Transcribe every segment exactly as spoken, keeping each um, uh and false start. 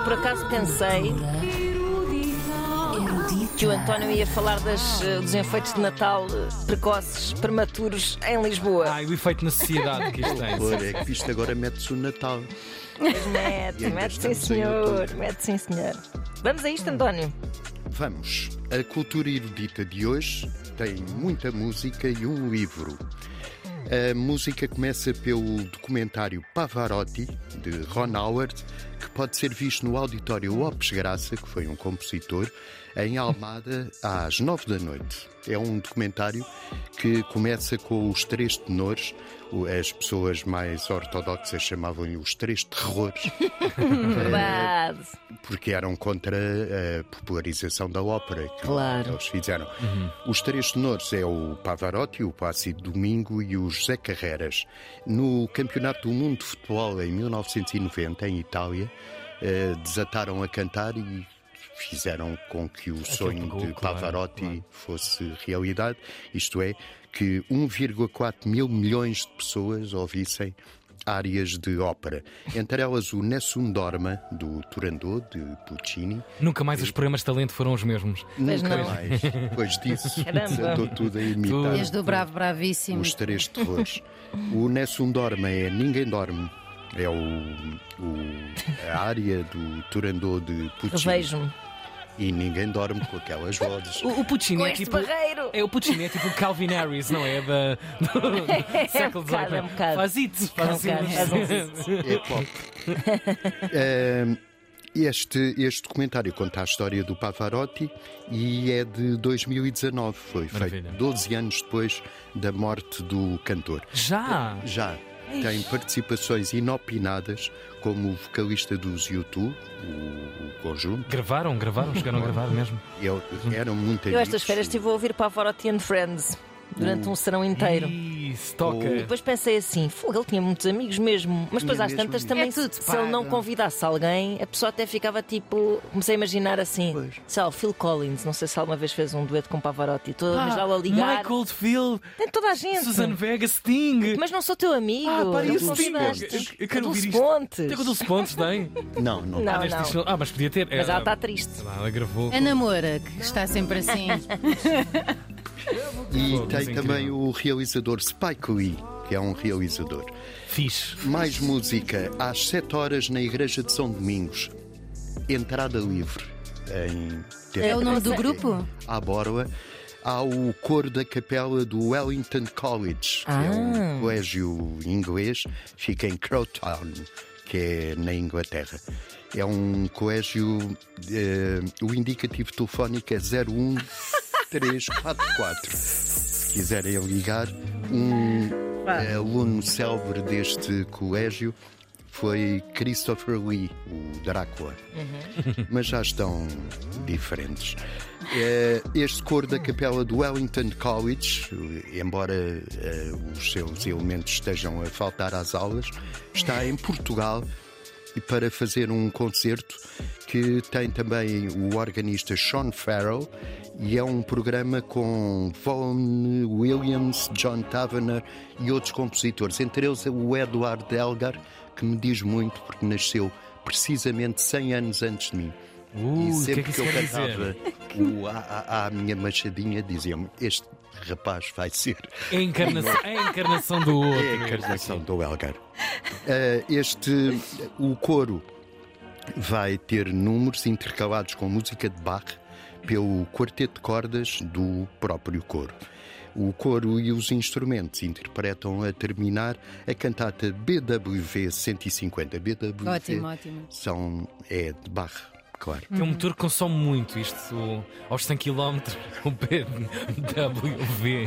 por acaso pensei que o António ia falar das, eh, dos enfeites de Natal eh, precoces, prematuros em Lisboa. Ai, o efeito na sociedade que isto tem. Por é que isto agora mete-se o Natal. Mas mete, E ainda mete sim estamos em senhor, outubro. mete sim senhor. Vamos a isto, António? Vamos. A cultura erudita de hoje tem muita música e um livro. A música começa pelo documentário Pavarotti, de Ron Howard, que pode ser visto no auditório Lopes Graça, que foi um compositor, em Almada, às nove da noite. É um documentário que começa com os três tenores. As pessoas mais ortodoxas chamavam-lhe os três terrores, Verdade. porque eram contra a popularização da ópera que Claro. eles fizeram. Os três tenores é o Pavarotti, o Plácido Domingo e o José Carreras. No Campeonato do Mundo de Futebol em mil novecentos e noventa, em Itália, eh, desataram a cantar e fizeram com que o sonho pegou, de claro, Pavarotti claro. fosse realidade, isto é, que um vírgula quatro mil milhões de pessoas ouvissem áreas de ópera. Entre elas o Nessun Dorma, do Turandot, de Puccini. Nunca mais os programas de talento foram os mesmos. Pois Nunca não. mais. Depois disso, Caramba. desatou tudo a imitar Desde o Bravo Bravíssimo. os três terrores. O Nessun Dorma é Ninguém Dorme. É o, o- a área do Turandot de Puccini. Revejo-me. E ninguém dorme com aquelas vozes. O, o Puccini Com é este tipo. barreiro. É o Puccini é tipo o Calvin Harris, não é? Da, do século bocado, dezoito. é um bocado. Faz isso, É um faz bocado, isso. É pop. Eh, Este, este documentário conta a história do Pavarotti e é de dois mil e dezanove. Foi Maravilha. feito doze anos depois da morte do cantor. Já! Já tem participações inopinadas, como o vocalista dos U dois, o, o conjunto. Gravaram, gravaram, chegaram a gravar mesmo. Eu, eram muito Eu estas amigos. férias estive a ouvir Pavarotti and Friends durante um serão inteiro. Isso, toca. E depois pensei assim, fogo, ele tinha muitos amigos mesmo. Mas depois Tinha às mesmo tantas amigos. também, É tudo se ele não pago. convidasse alguém, a pessoa até ficava tipo. Comecei a imaginar assim, Pois. sei lá, o Phil Collins, não sei se alguma vez fez um dueto com Pavarotti, toda a vez já a ligar. Michael Field, Tem toda a gente. Susan Vega, Sting. Mas não sou teu amigo. Ah, para não isso, Sting. convidaste. Eu quero A ouvir Dulce isto. Pontes. Tem com o Dulce Pontes, tem? Não, não. Não, Ah, neste não. disco- ah, mas podia ter. Mas Ah, ela está triste. sei lá, ela gravou. A namora, que está sempre assim. E Fogo, tem mas é também incrível. o realizador Spike Lee, que é um realizador. Fixe. Mais música às sete horas na Igreja de São Domingos. Entrada livre. Em É o nome do grupo? À Borla. Há o coro da capela do Wellington College, que é Ah. um colégio inglês, fica em Crowtown, que é na Inglaterra. É um colégio, eh, o indicativo telefónico é zero um três quatro quatro. Se quiserem ligar, um eh, aluno célebre deste colégio foi Christopher Lee, o Drácula. Mas já estão diferentes. Eh, Este coro da capela do Wellington College, eh, embora eh, os seus elementos estejam a faltar às aulas, está em Portugal e para fazer um concerto que tem também o organista Sean Farrell e é um programa com Vaughan Williams, John Tavener e outros compositores, entre eles o Eduardo Elgar, que me diz muito porque nasceu precisamente cem anos antes de mim. Uh, E o que é sempre que que, isso eu quer dizer? cantava o a, a, a minha machadinha, diziam-me: este rapaz vai ser É a encarnação, é a encarnação do outro. é a encarnação do Elgar. Eh, este, o coro vai ter números intercalados com música de Bach pelo quarteto de cordas do próprio coro. O coro e os instrumentos interpretam a terminar a cantata B W V cento e cinquenta. B W V Ótimo, ótimo. são, é de Bach, claro. É um motor que consome muito isto o- aos cem quilómetros. O B W V.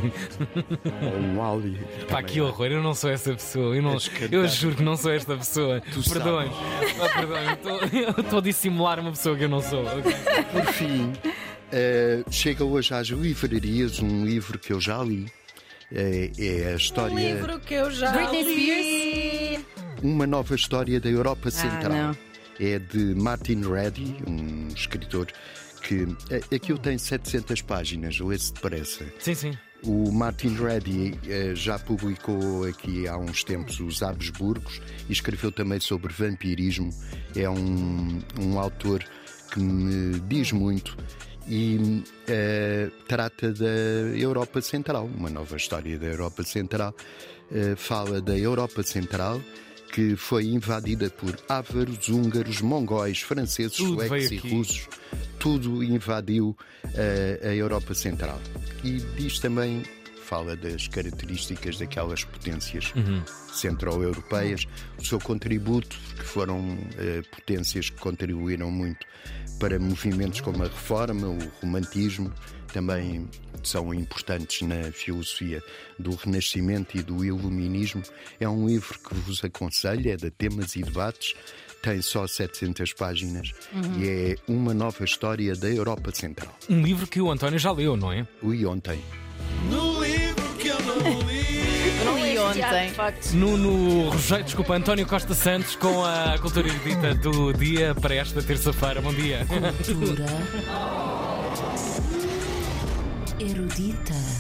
Ou um Audi. Pá, que horror, eu não sou essa pessoa. Eu, não, Tens que cantar. eu juro que não sou esta pessoa. Perdoem. Ah, perdoem, eu estou- eu estou a dissimular uma pessoa que eu não sou. ok? Por fim, eh, chega hoje às livrarias um livro que eu já li. Eh, é a história, que eu já Britney li. uma nova história da Europa Central. não. É de Martin Reddy, um escritor que eh, aquilo tem setecentas páginas, lê-se depressa. Sim, sim. O Martin Reddy uh, já publicou aqui há uns tempos os Habsburgos e escreveu também sobre vampirismo. É um, um autor que me diz muito e uh, trata da Europa Central, uma nova história da Europa Central. Uh, fala da Europa Central, que foi invadida por ávaros, húngaros, mongóis, franceses, Tudo suecos veio e aqui. russos. Tudo invadiu uh, a Europa Central. E diz também, fala das características daquelas potências Uhum. centro-europeias, o seu contributo, que foram uh, potências que contribuíram muito para movimentos como a Reforma, o Romantismo, também são importantes na filosofia do Renascimento e do Iluminismo. É um livro que vos aconselho, é de Temas e Debates, tem só setecentas páginas Uhum. e é uma nova história da Europa Central. Um livro que o António já leu, não é? Ui, ontem. No livro que eu não li. Eu não E li este teatro, ontem? de facto. Nuno Rogério, desculpa, António Costa Santos com a cultura erudita do dia para esta terça-feira. Bom dia. Cultura erudita.